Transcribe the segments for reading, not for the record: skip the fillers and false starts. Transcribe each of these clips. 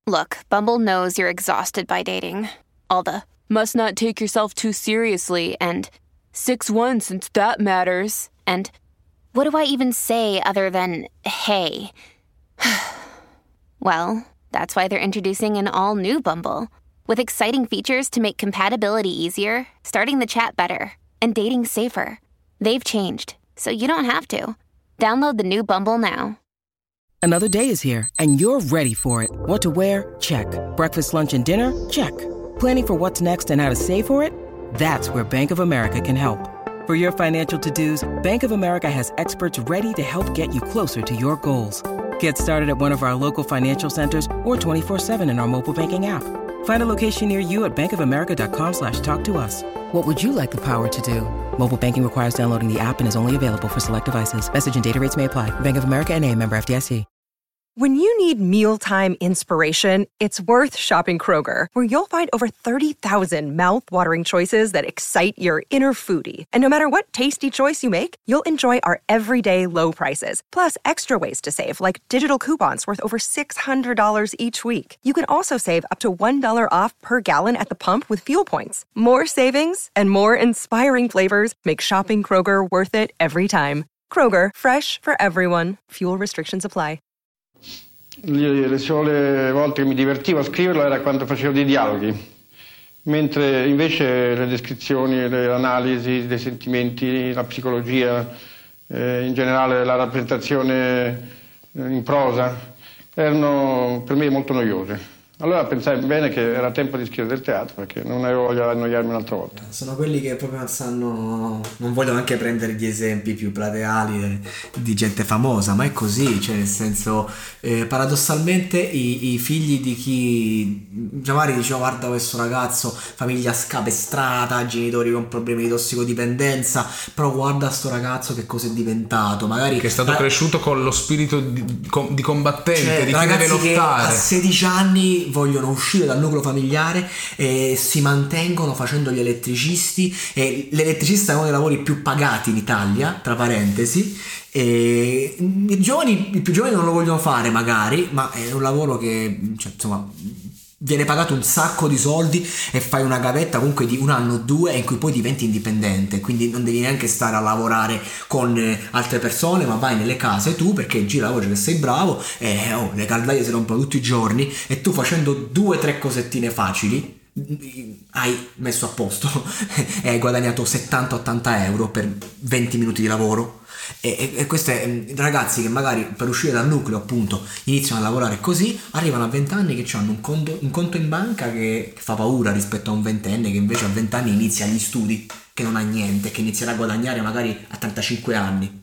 Look, Bumble knows you're exhausted by dating. All the must not take yourself too seriously and 6'1" since that matters. And what do I even say other than hey? Well, that's why they're introducing an all-new Bumble with exciting features to make compatibility easier, starting the chat better, and dating safer. They've changed, so you don't have to. Download the new Bumble now. Another day is here, and you're ready for it. What to wear? Check. Breakfast, lunch, and dinner? Check. Planning for what's next and how to save for it? That's where Bank of America can help. For your financial to-dos, Bank of America has experts ready to help get you closer to your goals. Get started at one of our local financial centers or 24/7 in our mobile banking app. Find a location near you at bankofamerica.com/talktous. What would you like the power to do? Mobile banking requires downloading the app and is only available for select devices. Message and data rates may apply. Bank of America N.A., member FDIC. When you need mealtime inspiration, it's worth shopping Kroger, where you'll find over 30,000 mouth-watering choices that excite your inner foodie. And no matter what tasty choice you make, you'll enjoy our everyday low prices, plus extra ways to save, like digital coupons worth over $600 each week. You can also save up to $1 off per gallon at the pump with fuel points. More savings and more inspiring flavors make shopping Kroger worth it every time. Kroger, fresh for everyone. Fuel restrictions apply. Le sole volte che mi divertivo a scriverlo era quando facevo dei dialoghi, mentre invece le descrizioni, le analisi dei sentimenti, la psicologia, in generale la rappresentazione in prosa, erano per me molto noiose. Allora pensai bene che era tempo di scrivere del teatro, perché non avevo voglia di annoiarmi un'altra volta. Sono quelli che proprio non vogliono anche prendere gli esempi più plateali di gente famosa, ma è così, cioè nel senso, paradossalmente i figli di chi magari diceva guarda questo ragazzo, famiglia scapestrata, genitori con problemi di tossicodipendenza, però guarda sto ragazzo che cosa è diventato, magari che è stato cresciuto con lo spirito di combattente, cioè, di chi deve lottare, che a 16 anni vogliono uscire dal nucleo familiare e si mantengono facendo gli elettricisti, e l'elettricista è uno dei lavori più pagati in Italia, tra parentesi, e i più giovani non lo vogliono fare magari, ma è un lavoro che, cioè, insomma, viene pagato un sacco di soldi e fai una gavetta comunque di 1 anno o 2 in cui poi diventi indipendente, quindi non devi neanche stare a lavorare con altre persone, ma vai nelle case tu perché gira la voce che sei bravo e le caldaie si rompono tutti i giorni e tu facendo 2 o 3 cosettine facili hai messo a posto e hai guadagnato 70-80 euro per 20 minuti di lavoro. E questi ragazzi che magari per uscire dal nucleo appunto iniziano a lavorare così, arrivano a 20 anni che hanno un conto in banca che fa paura rispetto a un ventenne che invece a 20 anni inizia gli studi, che non ha niente, che inizierà a guadagnare magari a 35 anni.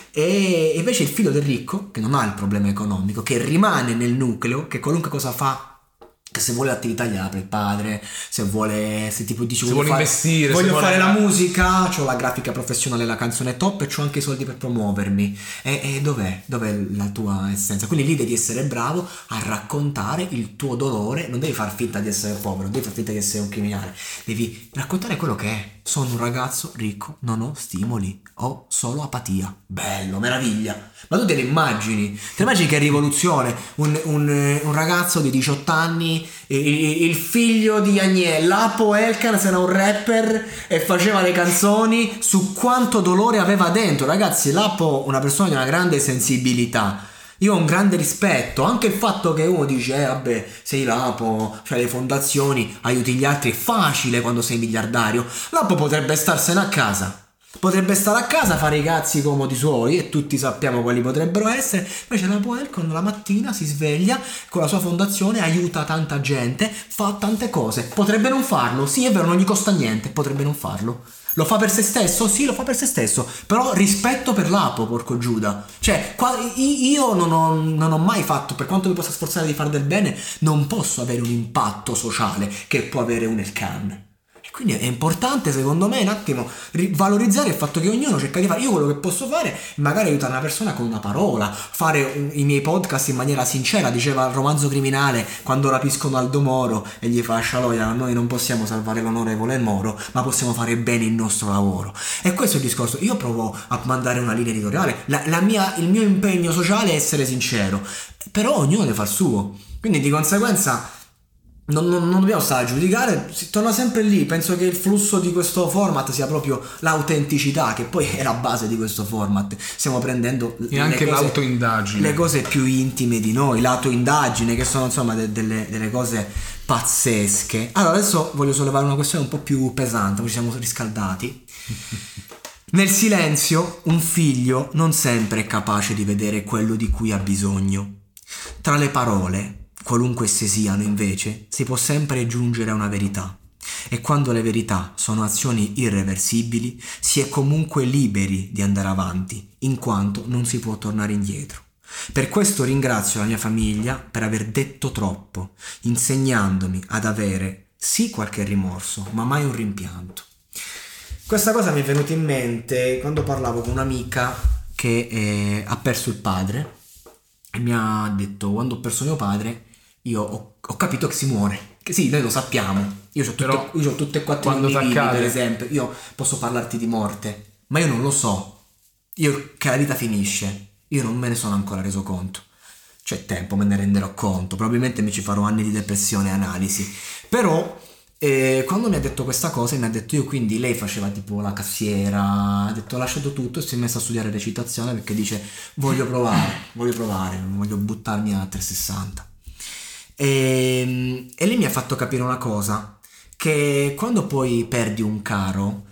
E invece il figlio del ricco, che non ha il problema economico, che rimane nel nucleo, che qualunque cosa fa, che se vuole l'attività gli apre il padre, se tipo dice vuole investire, voglio fare la musica, c'ho la grafica professionale, la canzone top e c'ho anche i soldi per promuovermi, e dov'è la tua essenza? Quindi lì devi essere bravo a raccontare il tuo dolore, non devi far finta di essere povero, non devi far finta di essere un criminale, devi raccontare quello che è. Sono un ragazzo ricco, non ho stimoli, ho solo apatia. Bello, meraviglia. Ma tu te ne immagini? Te immagini che rivoluzione? Un ragazzo di 18 anni, il figlio di Agnella, Lapo Elkan era un rapper e faceva le canzoni su quanto dolore aveva dentro. Ragazzi, Lapo, una persona di una grande sensibilità. Io ho un grande rispetto, anche il fatto che uno dice vabbè, sei Lapo, fai le fondazioni, aiuti gli altri, è facile quando sei miliardario. Lapo potrebbe starsene a casa. Potrebbe stare a casa, fare i cazzi comodi suoi, e tutti sappiamo quali potrebbero essere. Invece la Elkan la mattina si sveglia con la sua fondazione, aiuta tanta gente, fa tante cose. Potrebbe non farlo, sì è vero, non gli costa niente, potrebbe non farlo. Lo fa per se stesso? Sì, lo fa per se stesso, però rispetto per Lapo, porco Giuda. Cioè, io non ho mai fatto, per quanto mi possa sforzare di fare del bene, non posso avere un impatto sociale che può avere un Elkan. Quindi è importante, secondo me, un attimo valorizzare il fatto che ognuno cerca di fare. Io quello che posso fare è magari aiutare una persona con una parola, fare i miei podcast in maniera sincera. Diceva il Romanzo Criminale, quando rapiscono Aldo Moro e gli fa Scialoia, noi non possiamo salvare l'onorevole Moro, ma possiamo fare bene il nostro lavoro. E questo è il discorso. Io provo a mandare una linea editoriale, il mio impegno sociale è essere sincero, però ognuno deve fare il suo. Quindi di conseguenza non dobbiamo stare a giudicare, si torna sempre lì. Penso che il flusso di questo format sia proprio l'autenticità, che poi è la base di questo format. Stiamo prendendo e anche l'autoindagine, le cose più intime di noi, l'autoindagine, che sono insomma delle cose pazzesche. Allora adesso voglio sollevare una questione un po' più pesante, ci siamo riscaldati. Nel silenzio un figlio non sempre è capace di vedere quello di cui ha bisogno. Tra le parole, qualunque esse siano, invece, si può sempre giungere a una verità. E quando le verità sono azioni irreversibili, si è comunque liberi di andare avanti, in quanto non si può tornare indietro. Per questo ringrazio la mia famiglia per aver detto troppo, insegnandomi ad avere sì qualche rimorso, ma mai un rimpianto. Questa cosa mi è venuta in mente quando parlavo con un'amica che ha perso il padre e mi ha detto: quando ho perso mio padre io ho capito che si muore. Che sì, noi lo sappiamo. Io ho tutte e 4 anni vivi, per esempio. Io posso parlarti di morte, ma io non lo so. Io che la vita finisce, io non me ne sono ancora reso conto. C'è tempo, me ne renderò conto. Probabilmente mi ci farò anni di depressione e analisi. Però quando mi ha detto questa cosa, mi ha detto io, quindi lei faceva tipo la cassiera, ha detto, ha lasciato tutto e si è messa a studiare recitazione perché dice voglio provare, non voglio buttarmi a 360. E lei mi ha fatto capire una cosa, che quando poi perdi un caro,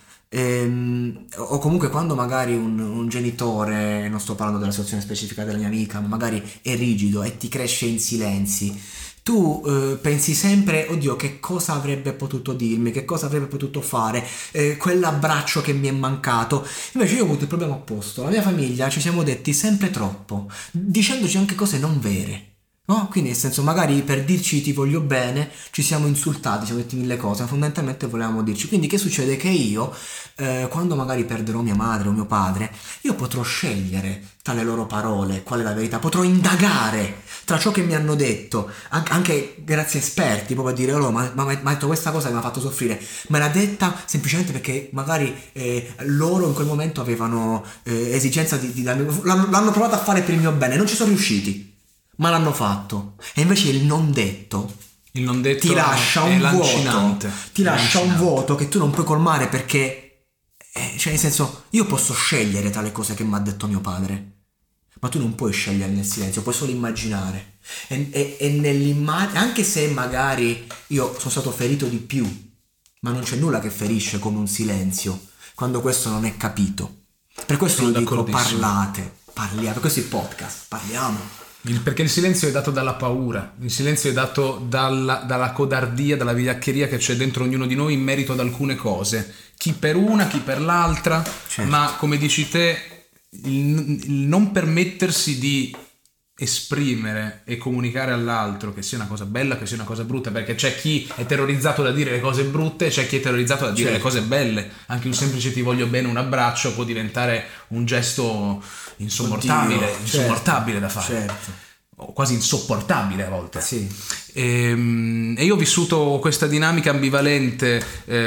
o comunque quando magari un genitore, non sto parlando della situazione specifica della mia amica, ma magari è rigido e ti cresce in silenzi, tu pensi sempre, oddio, che cosa avrebbe potuto dirmi, che cosa avrebbe potuto fare, quell'abbraccio che mi è mancato. Invece io ho avuto il problema opposto. La mia famiglia ci siamo detti sempre troppo, dicendoci anche cose non vere, no? Quindi nel senso, magari per dirci ti voglio bene ci siamo insultati, ci siamo detti mille cose, ma fondamentalmente volevamo dirci. Quindi che succede? Che io quando magari perderò mia madre o mio padre, io potrò scegliere tra le loro parole qual è la verità, potrò indagare tra ciò che mi hanno detto, anche grazie a esperti, proprio a dire oh, ma ha detto questa cosa che mi ha fatto soffrire, me l'ha detta semplicemente perché magari loro in quel momento avevano esigenza di darmi, l'hanno provato a fare per il mio bene, non ci sono riusciti, ma l'hanno fatto. E invece il non detto ti lascia un vuoto, un vuoto che tu non puoi colmare, perché cioè nel senso, io posso scegliere tra le cose che mi ha detto mio padre, ma tu non puoi scegliere nel silenzio, puoi solo immaginare. E nell'immagine, anche se magari io sono stato ferito di più, ma non c'è nulla che ferisce come un silenzio quando questo non è capito. Per questo io dico parliamo, per questo è il podcast, parliamo. Perché il silenzio è dato dalla paura, il silenzio è dato dalla codardia, dalla vigliaccheria che c'è dentro ognuno di noi in merito ad alcune cose, chi per una, chi per l'altra, certo. Ma come dici te, il non permettersi di esprimere e comunicare all'altro che sia una cosa bella, che sia una cosa brutta, perché c'è chi è terrorizzato da dire le cose brutte, c'è chi è terrorizzato da dire certo. Le cose belle. Anche un semplice ti voglio bene, un abbraccio può diventare un gesto insommortabile da fare, certo. O quasi insopportabile a volte. Sì. E io ho vissuto questa dinamica ambivalente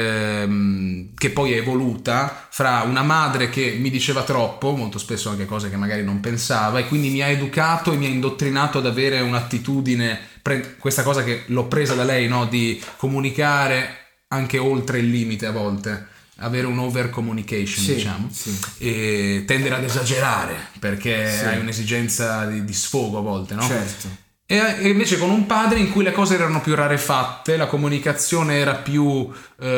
che poi è evoluta fra una madre che mi diceva troppo, molto spesso anche cose che magari non pensava, e quindi mi ha educato e mi ha indottrinato ad avere un'attitudine, questa cosa che l'ho presa da lei, no? Di comunicare anche oltre il limite a volte, avere un over communication, sì, diciamo, sì. E tendere ad esagerare perché sì. Hai un'esigenza di sfogo a volte, no? Certo. E invece con un padre in cui le cose erano più rarefatte, la comunicazione era più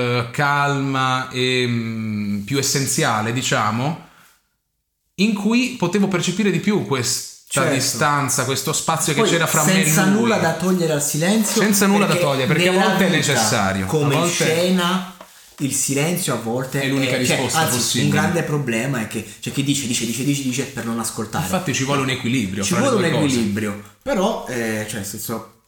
calma e più essenziale, diciamo, in cui potevo percepire di più questa certo. distanza, questo spazio che c'era fra me e lui. Senza nulla da togliere al silenzio. Senza nulla da togliere, perché a volte è necessario. Come a volte... scena... Il silenzio a volte è l'unica risposta possibile. Un grande problema è che c'è chi dice per non ascoltare. Infatti ci vuole un equilibrio. Ci vuole un equilibrio. Però, cioè, nel senso,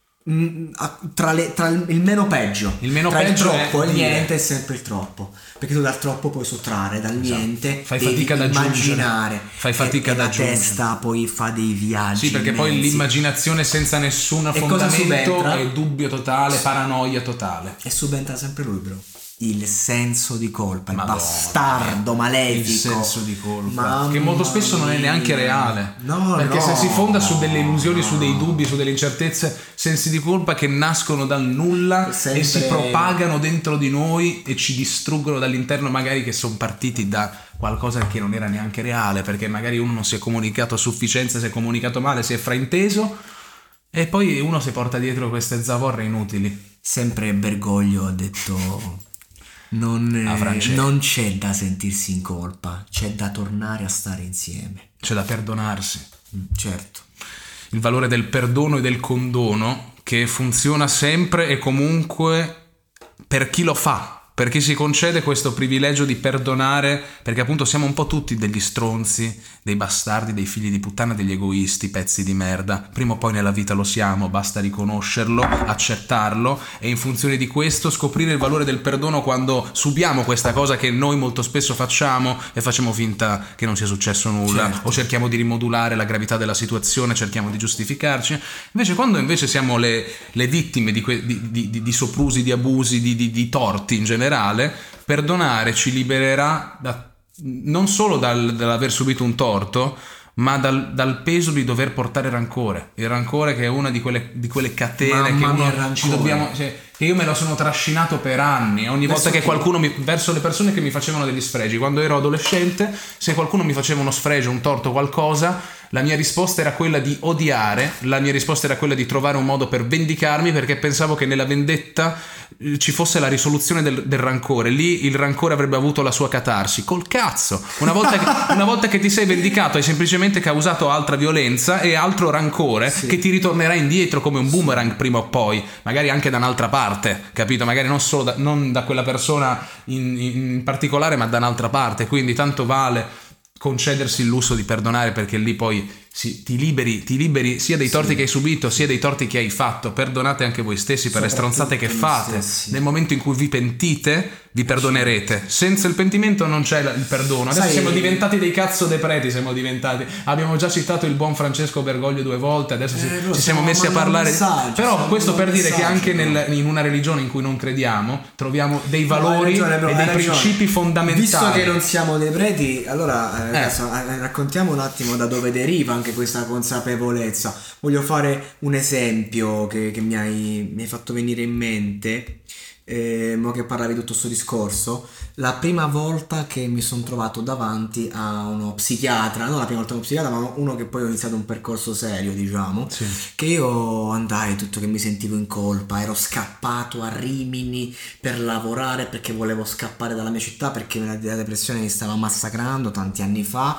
tra il meno peggio. Il meno tra peggio il troppo è e il niente è sempre il troppo. Perché tu dal troppo puoi sottrarre, dal niente fai fatica ad immaginare. Fai fatica ad aggiungere. La testa poi fa dei viaggi. Sì, perché immensi. Poi l'immaginazione senza nessun fondamento è dubbio totale, paranoia totale. E subentra sempre lui, bro. il senso di colpa, Madonna, il bastardo malefico, il senso di colpa, Mamma che molto spesso non è neanche mia. reale, No, perché no, se si fonda su delle illusioni, no. su dei dubbi, su delle incertezze, sensi di colpa che nascono dal nulla Sempre... e si propagano dentro di noi e ci distruggono dall'interno, magari che sono partiti da qualcosa che non era neanche reale, perché magari uno non si è comunicato a sufficienza, si è comunicato male, si è frainteso, e poi uno si porta dietro queste zavorre inutili. Sempre Bergoglio ha detto non c'è da sentirsi in colpa, c'è da tornare a stare insieme, C'è da perdonarsi. certo. Il valore del perdono e del condono, che funziona sempre e comunque per chi lo fa, per chi si concede questo privilegio di perdonare, perché appunto siamo un po' tutti degli stronzi, dei bastardi, dei figli di puttana, degli egoisti, pezzi di merda. Prima o poi nella vita lo siamo, basta riconoscerlo, accettarlo e in funzione di questo scoprire il valore del perdono quando subiamo questa cosa che noi molto spesso facciamo e facciamo finta che non sia successo nulla, certo. O cerchiamo di rimodulare la gravità della situazione, cerchiamo di giustificarci. Invece quando invece siamo le vittime di soprusi, di abusi, di torti in generale, perdonare ci libererà non solo dall'aver subito un torto, ma dal peso di dover portare rancore. Il rancore che è una di quelle catene che uno ci dobbiamo, cioè, che io me lo sono trascinato per anni. Ogni volta che qualcuno verso le persone che mi facevano degli sfregi, quando ero adolescente, se qualcuno mi faceva uno sfregio, un torto, qualcosa, la mia risposta era quella di odiare, la mia risposta era quella di trovare un modo per vendicarmi, perché pensavo che nella vendetta ci fosse la risoluzione del rancore. Lì il rancore avrebbe avuto la sua catarsi. Col cazzo! Una volta che ti sei vendicato, hai semplicemente causato altra violenza e altro rancore, sì, che ti ritornerà indietro come un boomerang prima o poi, magari anche da un'altra parte, capito? Magari non da quella persona in particolare, ma da un'altra parte. Quindi tanto vale concedersi il lusso di perdonare, perché lì poi ti liberi sia dei torti, sì, che hai subito, sia dei torti che hai fatto. Perdonate anche voi stessi per le stronzate che fate. Nel momento in cui vi pentite, vi perdonerete. Senza il pentimento non c'è il perdono. Adesso siamo diventati dei cazzo dei preti, abbiamo già citato il buon Francesco Bergoglio 2 volte, adesso ci siamo messi a parlare, però questo per dire che anche in una religione in cui non crediamo troviamo dei valori e dei principi fondamentali. Visto che non siamo dei preti, allora adesso raccontiamo un attimo da dove deriva anche questa consapevolezza. Voglio fare un esempio che mi hai fatto venire in mente. Mo che parlavi di tutto questo discorso, la prima volta che mi sono trovato davanti a uno psichiatra, non la prima volta uno psichiatra, ma uno che poi ho iniziato un percorso serio, diciamo, sì, che io andai tutto che mi sentivo in colpa, ero scappato a Rimini per lavorare perché volevo scappare dalla mia città, perché la depressione mi stava massacrando tanti anni fa.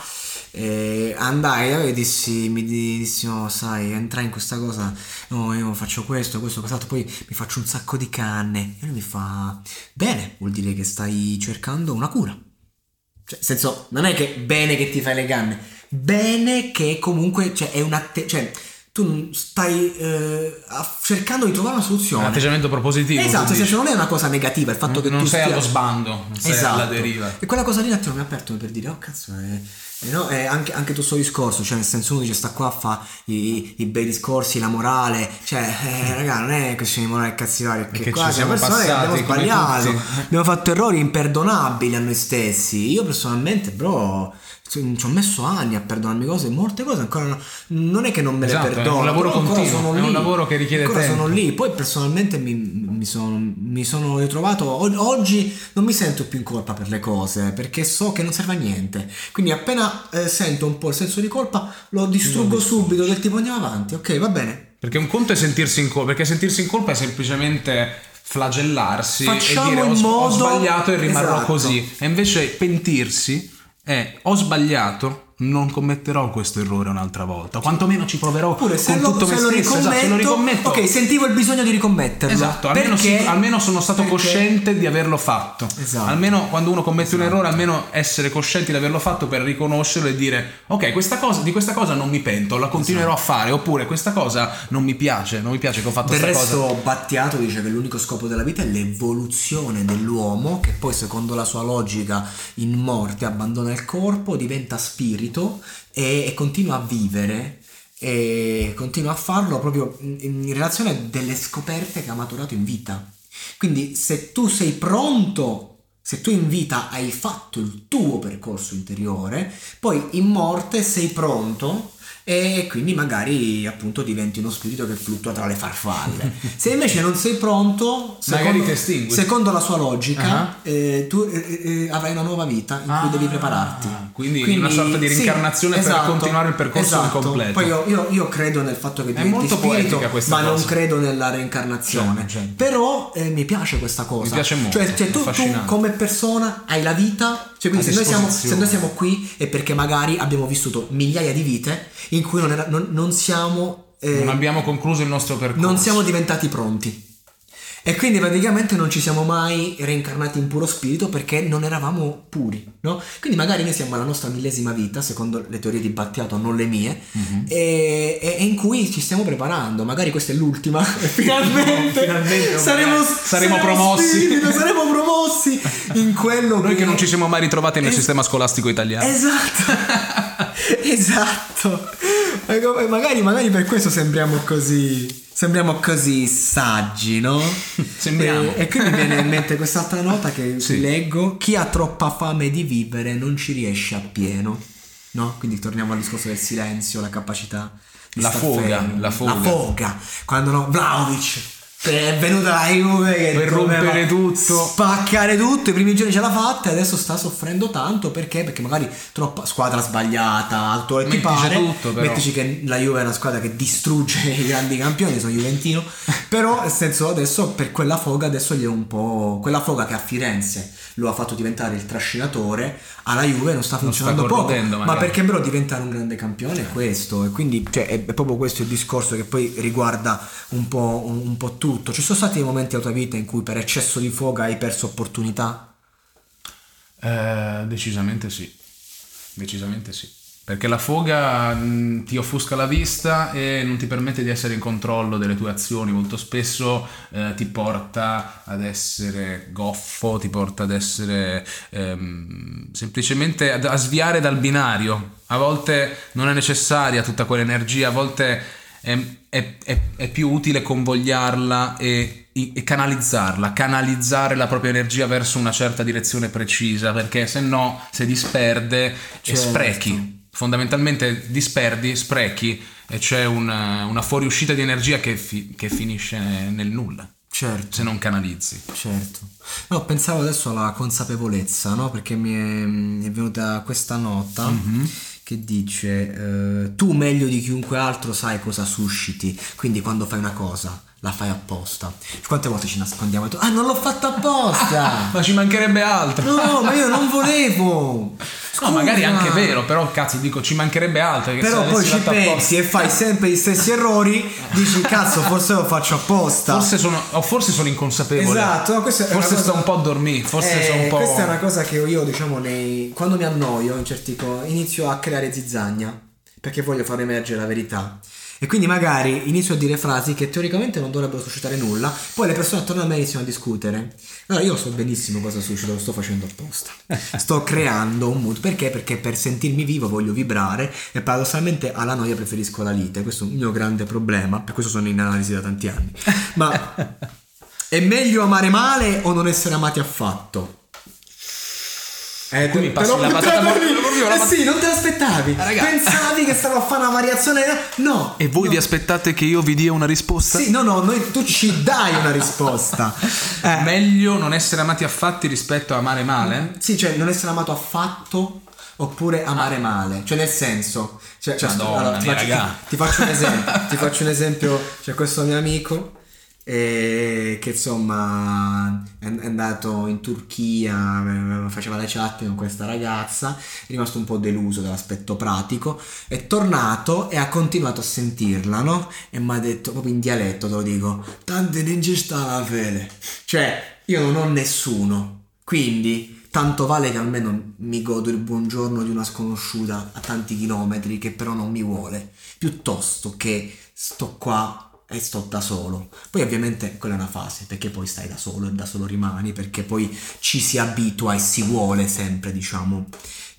Andai e mi dissi no, sai, entrai in questa cosa, no, io faccio questo, quest'altro, poi mi faccio un sacco di canne, e lui mi fa bene, vuol dire che stai cercando una cura, cioè, nel senso, non è che bene che ti fai le canne, bene che comunque, cioè, è cioè tu stai cercando di trovare una soluzione, un atteggiamento propositivo, esatto, nel senso, non è una cosa negativa il fatto che non tu sei allo sbando, non sei alla deriva, e quella cosa lì un attimo mi ha aperto per dire oh cazzo, no, anche tutto questo discorso, cioè nel senso uno dice sta qua a fa i bei discorsi, la morale, cioè raga, non è questione di morale e cazziare, perché qua siamo persone che abbiamo sbagliato, abbiamo fatto errori imperdonabili a noi stessi. Io personalmente bro ci ho messo anni a perdonarmi molte cose ancora non è che non me le perdono, è un lavoro continuo, è un lavoro che richiede tempo, sono lì. Poi personalmente mi sono ritrovato oggi, non mi sento più in colpa per le cose, perché so che non serve a niente, quindi appena sento un po' il senso di colpa lo distruggo subito, del tipo andiamo avanti, ok, va bene, perché un conto è sentirsi in colpa, perché sentirsi in colpa è semplicemente flagellarsi e dire ho sbagliato e rimarrò, esatto, così, e invece pentirsi ho sbagliato, non commetterò questo errore un'altra volta, quantomeno ci proverò. Oppure con tutto me stesso, se lo ricommetto, ok, sentivo il bisogno di ricommetterlo, esatto, almeno sono stato cosciente di averlo fatto, esatto. Almeno quando uno commette un errore, almeno essere coscienti di averlo fatto per riconoscerlo e dire ok, di questa cosa non mi pento, la continuerò, esatto, a fare, oppure questa cosa non mi piace che ho fatto questa cosa. Del resto Battiato dice che l'unico scopo della vita è l'evoluzione dell'uomo, che poi secondo la sua logica in morte abbandona il corpo, diventa spirito e continua a vivere, e continua a farlo proprio in relazione a delle scoperte che ha maturato in vita. Quindi se tu sei pronto, se tu in vita hai fatto il tuo percorso interiore, poi in morte sei pronto e quindi magari appunto diventi uno spirito che fluttua tra le farfalle. Se invece non sei pronto, secondo la sua logica, tu avrai una nuova vita in cui devi prepararti. Quindi una sorta di reincarnazione, sì, per continuare il percorso incompleto. Poi io credo nel fatto che diventi spirito, ma non credo nella reincarnazione. Certo. Però mi piace questa cosa. Mi piace molto. Cioè tu come persona hai la vita. Cioè, quindi se noi siamo qui è perché magari abbiamo vissuto migliaia di vite in cui non siamo non abbiamo concluso il nostro percorso, non siamo diventati pronti, e quindi praticamente non ci siamo mai reincarnati in puro spirito perché non eravamo puri, no? Quindi magari noi siamo alla nostra 1000ª vita, secondo le teorie di Battiato, non le mie, e in cui ci stiamo preparando. Magari questa è l'ultima e finalmente saremo promossi in quello noi che non ci siamo mai ritrovati nel sistema scolastico italiano. Esatto. Magari per questo sembriamo così saggi, no? Sembriamo. E qui mi viene in mente quest'altra nota che leggo: chi ha troppa fame di vivere non ci riesce appieno, no? Quindi torniamo al discorso del silenzio, la capacità di la foga. Quando Vlahovic è venuta la Juve che per rompere tutto, spaccare tutto, i primi giorni ce l'ha fatta e adesso sta soffrendo tanto perché magari troppa squadra sbagliata, alto e ti pare, mettici che la Juve è una squadra che distrugge i grandi campioni, sono juventino, però nel senso adesso per quella foga adesso gli è un po' quella foga che a Firenze lo ha fatto diventare il trascinatore, alla Juve non sta funzionando poco, ma perché però diventare un grande campione è questo, e quindi è proprio questo il discorso che poi riguarda un po' tutto. Ci sono stati dei momenti della tua vita in cui per eccesso di foga hai perso opportunità? Decisamente sì, perché la foga ti offusca la vista e non ti permette di essere in controllo delle tue azioni. Molto spesso ti porta ad essere goffo, ti porta ad essere semplicemente a sviare dal binario. A volte non è necessaria tutta quell'energia, a volte è più utile convogliarla e canalizzare la propria energia verso una certa direzione precisa, perché se no si disperde e sprechi. Fondamentalmente sprechi e c'è una fuoriuscita di energia che finisce nel nulla. Certo. Se non canalizzi. Certo. No, pensavo adesso alla consapevolezza, no? Perché mi è venuta questa nota che dice tu meglio di chiunque altro sai cosa susciti, quindi quando fai una cosa la fai apposta. Quante volte ci nascondiamo e tu non l'ho fatta apposta. Ma ci mancherebbe altro. No, ma io non volevo. No, magari è anche vero, però cazzo dico ci mancherebbe altro. Però poi ci pensi e fai sempre gli stessi errori, dici cazzo forse lo faccio apposta. Forse sono inconsapevole. Esatto, forse sto un po' a dormire, forse sono un po'. Questa è una cosa che io diciamo quando mi annoio in certi inizio a creare zizzagna perché voglio far emergere la verità. E quindi magari inizio a dire frasi che teoricamente non dovrebbero suscitare nulla, poi le persone attorno a me iniziano a discutere. Allora io so benissimo cosa suscita, lo sto facendo apposta. Sto creando un mood. Perché? Perché per sentirmi vivo voglio vibrare e paradossalmente alla noia preferisco la lite. Questo è un mio grande problema, per questo sono in analisi da tanti anni. Ma è meglio amare male o non essere amati affatto? Qui mi passi la patata sì, non te l'aspettavi. Pensavi che stavo a fare una variazione? No. E voi vi aspettate che io vi dia una risposta? Sì, tu ci dai una risposta. Meglio non essere amati affatti rispetto a amare male? Sì, cioè non essere amato affatto oppure amare male. Cioè nel senso Madonna, ti faccio un esempio. C'è questo mio amico che insomma è andato in Turchia, faceva le chat con questa ragazza, è rimasto un po' deluso dall'aspetto pratico, è tornato e ha continuato a sentirla, no? E mi ha detto proprio in dialetto, te lo dico, tante non ci sta la fede, cioè io non ho nessuno, quindi tanto vale che almeno mi godo il buongiorno di una sconosciuta a tanti chilometri che però non mi vuole, piuttosto che sto qua e sto da solo. Poi ovviamente quella è una fase, perché poi stai da solo e da solo rimani, perché poi ci si abitua e si vuole sempre, diciamo,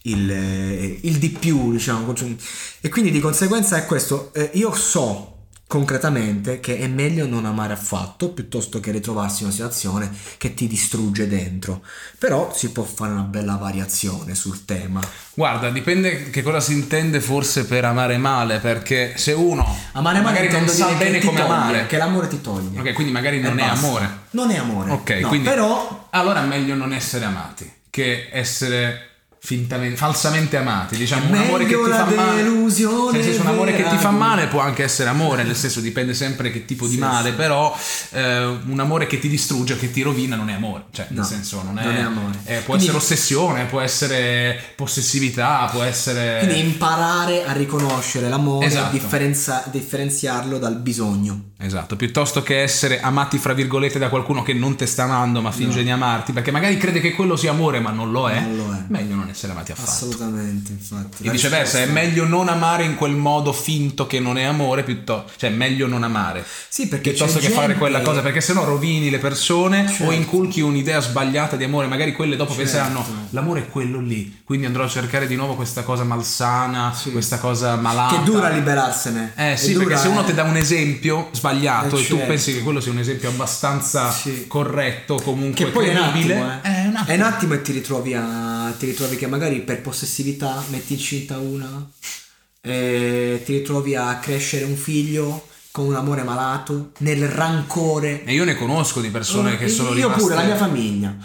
il di più, diciamo. E quindi di conseguenza è questo. Io so concretamente che è meglio non amare affatto piuttosto che ritrovarsi in una situazione che ti distrugge dentro. Però si può fare una bella variazione sul tema. Guarda, dipende che cosa si intende forse per amare male, perché se uno amare male magari non sa bene come amare, che l'amore ti toglie. Ok, quindi magari non è amore. Non è amore. Ok, no, quindi però allora è meglio non essere amati che essere falsamente amati, diciamo. Un amore che ti fa male, nel senso, un amore che ti fa male può anche essere amore, nel senso dipende sempre che tipo di male, però un amore che ti distrugge, che ti rovina non è amore, cioè nel senso non è amore. Può quindi, essere ossessione, può essere possessività, può essere, quindi imparare a riconoscere l'amore, esatto, differenziarlo dal bisogno. Esatto, piuttosto che essere amati fra virgolette da qualcuno che non te sta amando ma finge di amarti, perché magari crede che quello sia amore ma non lo è. Meglio non essere amati affatto. Assolutamente, infatti. E viceversa, è meglio non amare in quel modo finto che non è amore, piuttosto, cioè meglio non amare. Sì, perché piuttosto che fare quella cosa, perché sennò rovini le persone, o inculchi un'idea sbagliata di amore, magari quelle dopo penseranno l'amore è quello lì, quindi andrò a cercare di nuovo questa cosa malsana, questa cosa malata. Che dura liberarsene. Sì, perché se uno ti dà un esempio sbagliato e tu pensi che quello sia un esempio abbastanza corretto, comunque che poi credibile, è un attimo e ti ritrovi che magari per possessività metti incinta una, ti ritrovi a crescere un figlio con un amore malato, nel rancore. E io ne conosco di persone che sono rimaste, io pure, la mia famiglia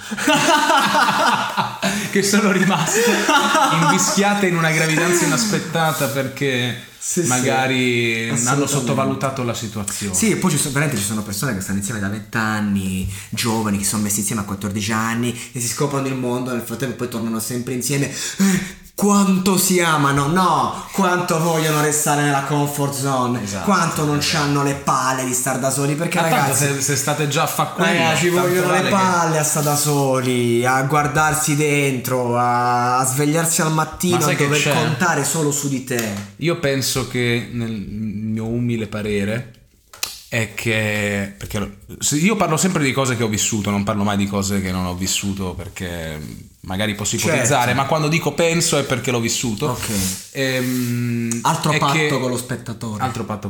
che sono rimaste invischiate in una gravidanza inaspettata perché magari hanno sottovalutato la situazione. Sì, e poi ci sono persone che stanno insieme da 20 anni, giovani, che sono messi insieme a 14 anni e si scoprono il mondo, nel frattempo poi tornano sempre insieme. Quanto si amano, no, quanto vogliono restare nella comfort zone, quanto non c'hanno le palle di star da soli, perché ragazzi, se state già a fa quello, ragazzi, vogliono le palle a stare da soli, a guardarsi dentro, a svegliarsi al mattino, a dover contare solo su di te. Io penso che, nel mio umile parere, è che, perché io parlo sempre di cose che ho vissuto, non parlo mai di cose che non ho vissuto, perché magari posso ipotizzare, ma quando dico penso è perché l'ho vissuto. Altro patto con lo spettatore.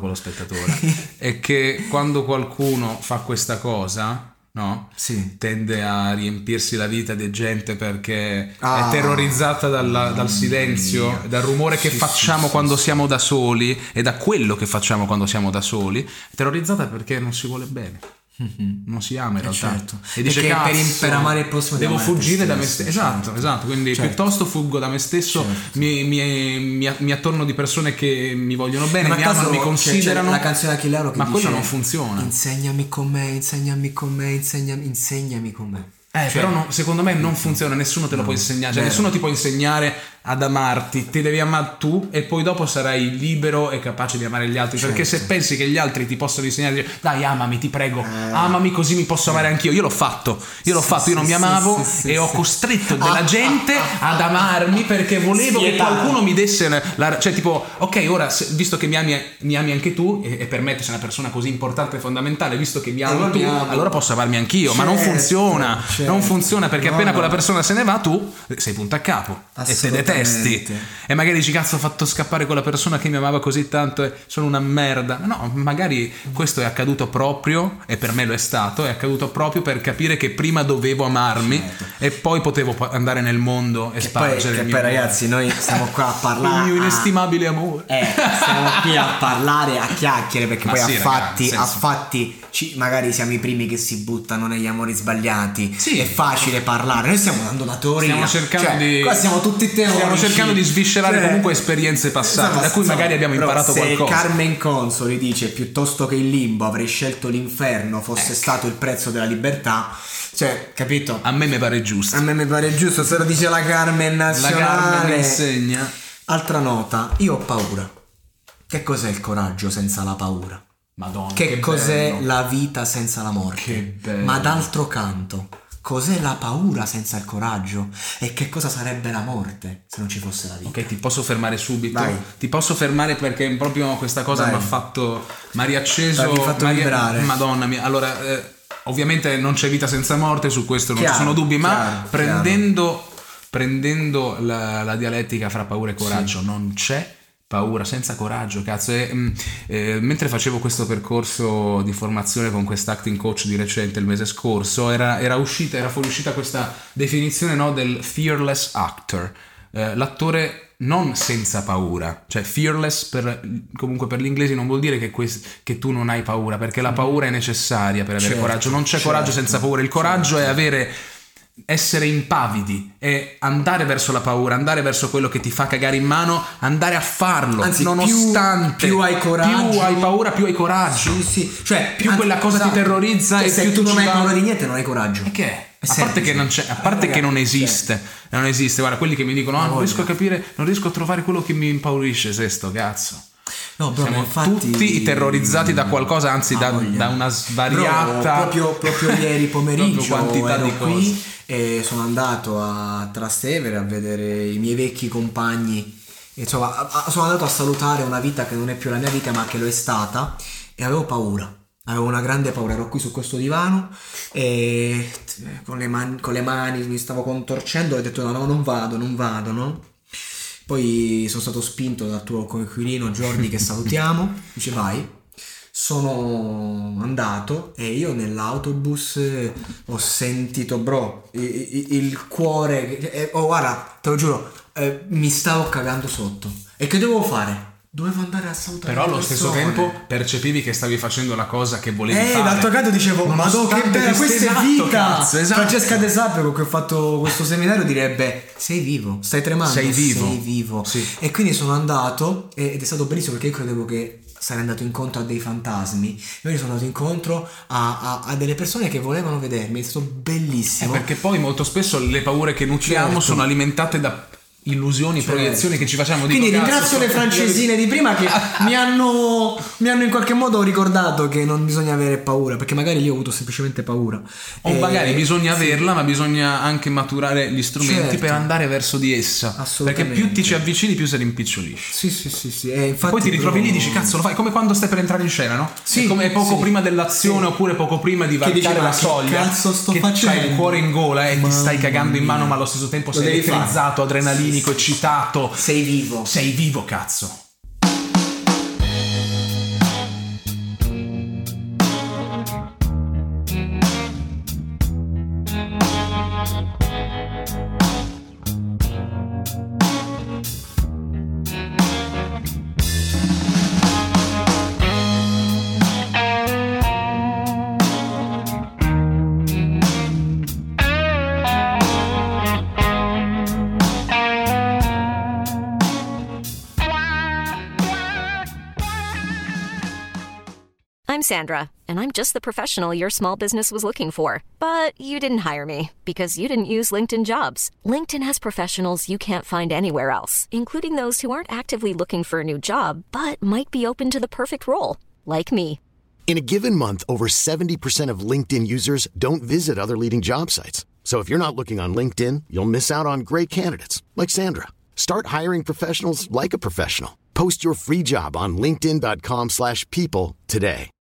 È che quando qualcuno fa questa cosa, no? Tende a riempirsi la vita di gente perché è terrorizzata dal silenzio, dal rumore che facciamo quando siamo da soli e da quello che facciamo quando siamo da soli. È terrorizzata perché non si vuole bene. Non si ama in realtà, e dice per amare il prossimo devo fuggire da me stesso. Esatto, quindi piuttosto fuggo da me stesso, mi attorno di persone che mi vogliono bene, mi amano, mi considerano. La canzone di Achille che ma dice, quello non funziona. Insegnami con me. Però secondo me non funziona, nessuno te lo può insegnare, cioè nessuno ti può insegnare ad amarti, ti devi amare tu e poi dopo sarai libero e capace di amare gli altri, perché se pensi che gli altri ti possono insegnare, dai amami, ti prego, amami così mi posso amare anch'io. Io l'ho fatto, io non mi amavo e ho costretto della gente ad amarmi perché volevo che qualcuno mi desse cioè tipo, ok, ora visto che mi ami anche tu e per me sei una persona così importante e fondamentale, visto che mi ami tu, allora posso amarmi anch'io. Ma non funziona. Non funziona, perché appena quella persona se ne va tu sei punto a capo e te detesti e magari dici cazzo, ho fatto scappare quella persona che mi amava così tanto e sono una merda. No, magari questo è accaduto proprio, e per me lo è stato, è accaduto proprio per capire che prima dovevo amarmi e poi potevo andare nel mondo e spargere il mio amore. Ragazzi, noi stiamo qua a parlare, il mio inestimabile amore, stiamo qui a parlare a chiacchiere, perché poi a fatti magari siamo i primi che si buttano negli amori sbagliati. È facile parlare, noi stiamo dando la teoria, qua siamo tutti teorici, stiamo cercando di sviscerare comunque esperienze passate da cui magari abbiamo imparato qualcosa. Se Carmen Consoli dice piuttosto che il limbo avrei scelto l'inferno fosse stato il prezzo della libertà, cioè, capito? A me mi pare giusto, se lo dice la Carmen nazionale. La Carmen insegna. Altra nota, io ho paura. Che cos'è il coraggio senza la paura? Madonna, che cos'è bello. La vita senza la morte? Che bello. Ma d'altro canto, cos'è la paura senza il coraggio? E che cosa sarebbe la morte se non ci fosse la vita? Ok, ti posso fermare subito? Vai. Ti posso fermare perché proprio questa cosa mi ha riacceso, mi ha fatto vibrare. Madonna mia. Allora, ovviamente non c'è vita senza morte, su questo non ci sono dubbi, ma prendendo la dialettica fra paura e coraggio, non c'è Paura, senza coraggio, cazzo. Mentre facevo questo percorso di formazione con quest'acting coach di recente, il mese scorso, era fuoriuscita questa definizione, no, del fearless actor, l'attore non senza paura, cioè fearless comunque per gli inglesi non vuol dire che tu non hai paura, perché la paura è necessaria per avere coraggio, non c'è coraggio senza paura, il coraggio è essere impavidi e andare verso la paura, andare verso quello che ti fa cagare in mano, andare a farlo. Anzi, nonostante più hai coraggio, più hai paura, più hai coraggio. Sì. Cioè, più quella cosa ti terrorizza, e se più tu non hai paura di niente, non hai coraggio. E che è? A parte che non c'è, a parte che non esiste. Non esiste. Guarda, quelli che mi dicono non riesco a capire, non riesco a trovare quello che mi impaurisce, sto cazzo. No, bro, siamo infatti, tutti terrorizzati da qualcosa, anzi da una svariata. Proprio ieri pomeriggio quantità ero di cose. Qui e sono andato a Trastevere a vedere i miei vecchi compagni. Insomma, sono andato a salutare una vita che non è più la mia vita, ma che lo è stata, e avevo paura. Avevo una grande paura, ero qui su questo divano e con le mani mi stavo contorcendo e ho detto no, non vado, no? Poi sono stato spinto dal tuo coinquilino Jordi, che salutiamo, dice vai. Sono andato e io nell'autobus ho sentito, bro, il cuore, guarda, te lo giuro, mi stavo cagando sotto. E che dovevo fare? Dovevo andare a salutare. Però allo stesso tempo percepivi che stavi facendo la cosa che volevi fare. D'altro canto dicevo, madonna che bella, questa è vita, cazzo, esatto. Francesca De Sapio, con cui ho fatto questo seminario, direbbe sei vivo, stai tremando, sei vivo. Sì. E quindi sono andato ed è stato bellissimo, perché io credevo che sarei andato incontro a dei fantasmi, io sono andato incontro a delle persone che volevano vedermi, è stato bellissimo. Perché poi molto spesso le paure che nutriamo sono alimentate da illusioni, proiezioni che ci facciamo. Quindi ringrazio le francesine di prima che mi hanno in qualche modo ricordato che non bisogna avere paura, perché magari io ho avuto semplicemente paura, o magari bisogna averla, ma bisogna anche maturare gli strumenti per andare verso di essa, perché più ti ci avvicini più se ne impiccolisci. Sì. E infatti poi ti ritrovi lì e dici cazzo, lo fai come quando stai per entrare in scena, no? Sì, è come poco prima dell'azione, oppure poco prima di varcare la soglia, cazzo sto che facendo? c'hai il cuore in gola e ti stai cagando in mano, ma allo stesso tempo sei elettrizzato, adrenalinico, eccitato. Sei vivo, cazzo. I'm Sandra, and I'm just the professional your small business was looking for. But you didn't hire me because you didn't use LinkedIn Jobs. LinkedIn has professionals you can't find anywhere else, including those who aren't actively looking for a new job, but might be open to the perfect role, like me. In a given month, over 70% of LinkedIn users don't visit other leading job sites. So if you're not looking on LinkedIn, you'll miss out on great candidates like Sandra. Start hiring professionals like a professional. Post your free job on linkedin.com/people today.